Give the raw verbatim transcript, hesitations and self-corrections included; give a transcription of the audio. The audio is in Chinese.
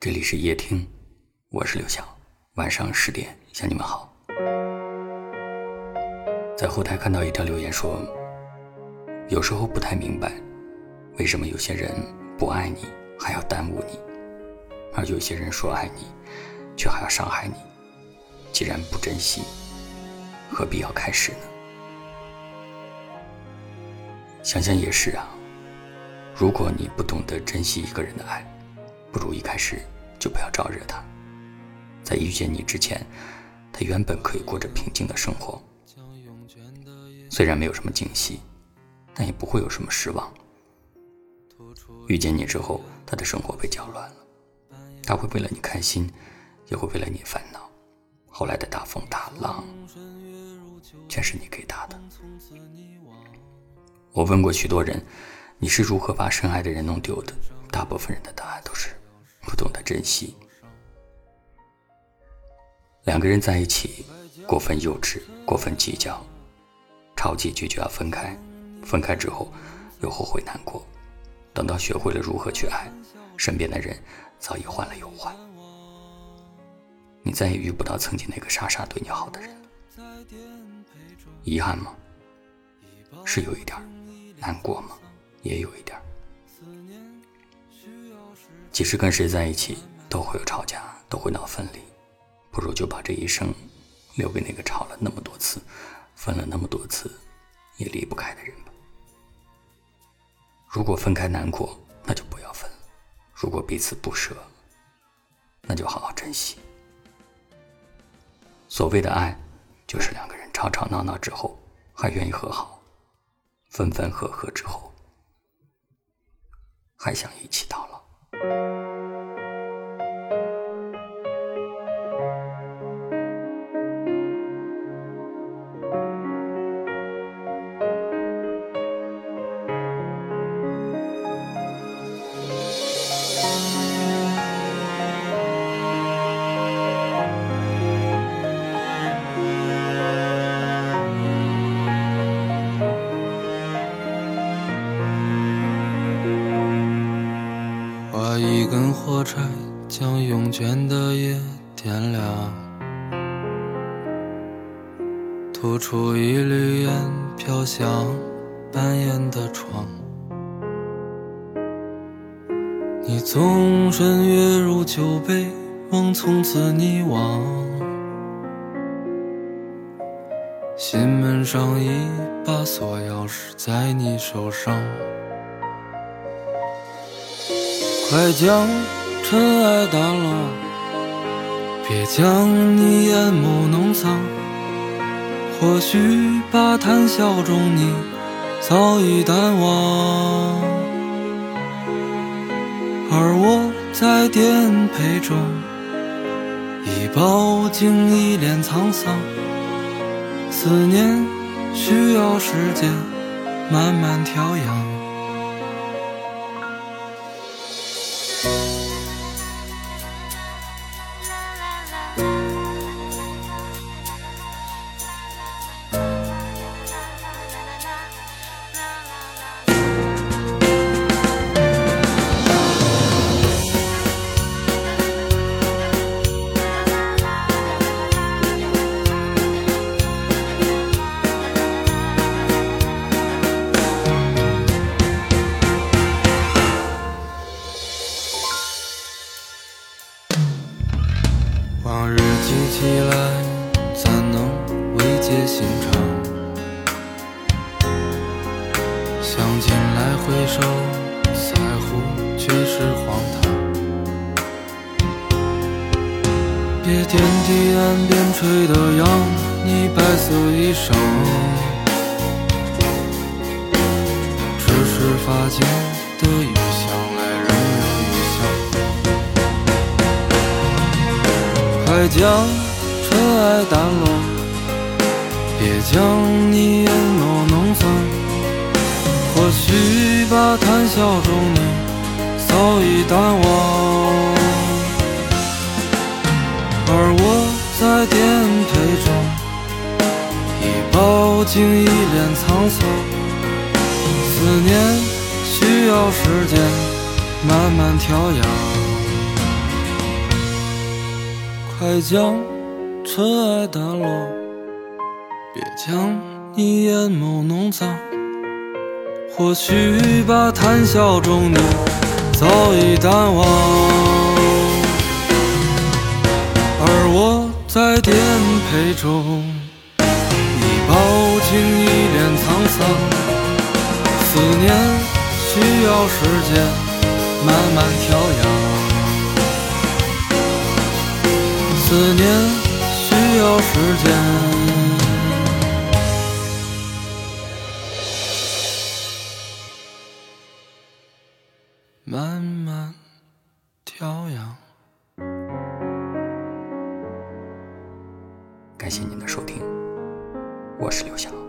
这里是夜听，我是刘晓，晚上十点向你们好。在后台看到一条留言说，有时候不太明白，为什么有些人不爱你还要耽误你，而有些人说爱你却还要伤害你。既然不珍惜，何必要开始呢？想想也是啊，如果你不懂得珍惜一个人的爱，不如一开始就不要招惹他。在遇见你之前，他原本可以过着平静的生活，虽然没有什么惊喜，但也不会有什么失望。遇见你之后，他的生活被搅乱了，他会为了你开心，也会为了你烦恼。后来的大风大浪全是你给他的。我问过许多人，你是如何把深爱的人弄丢的？大部分人的答案都是不懂得珍惜。两个人在一起，过分幼稚，过分计较，吵几句就要分开，分开之后又后悔难过，等到学会了如何去爱，身边的人早已换了又换，你再也遇不到曾经那个傻傻对你好的人了。遗憾吗？是有一点。难过吗？也有一点。即使跟谁在一起都会有吵架，都会闹分离，不如就把这一生留给那个吵了那么多次，分了那么多次也离不开的人吧。如果分开难过，那就不要分了；如果彼此不舍，那就好好珍惜。所谓的爱，就是两个人吵吵闹闹之后还愿意和好，分分合合之后还想一起到老。 画一根火柴，将慵倦的夜点亮，吐出一缕烟，飘向半掩的窗。你纵身跃入酒杯，梦从此溺亡。心门上一把锁钥匙在你手上，快将尘埃掸落，别将你眼眸弄脏。或许把谈笑中你早已淡忘，而我在颠沛中已饱经一脸沧桑。思念需要时间慢慢调养。往日记起来，怎能慰藉心肠？想起来回首，在乎却是荒唐。别天地岸边吹的扬你白色衣裳，只是发间的雨香来人有余香。快将尘埃掸落，别将你眼眸弄脏。或许把谈笑中你早已淡忘，而我在颠沛中已饱经一脸沧桑。思念需要时间慢慢调养。 快将尘埃掸落，别将你眼眸弄脏。或许把谈笑中你早已淡忘，而我在颠沛中已饱经一脸沧桑。思念需要时间慢慢调养，思念需要时间慢慢调养。 感谢您的收听，我是刘翔。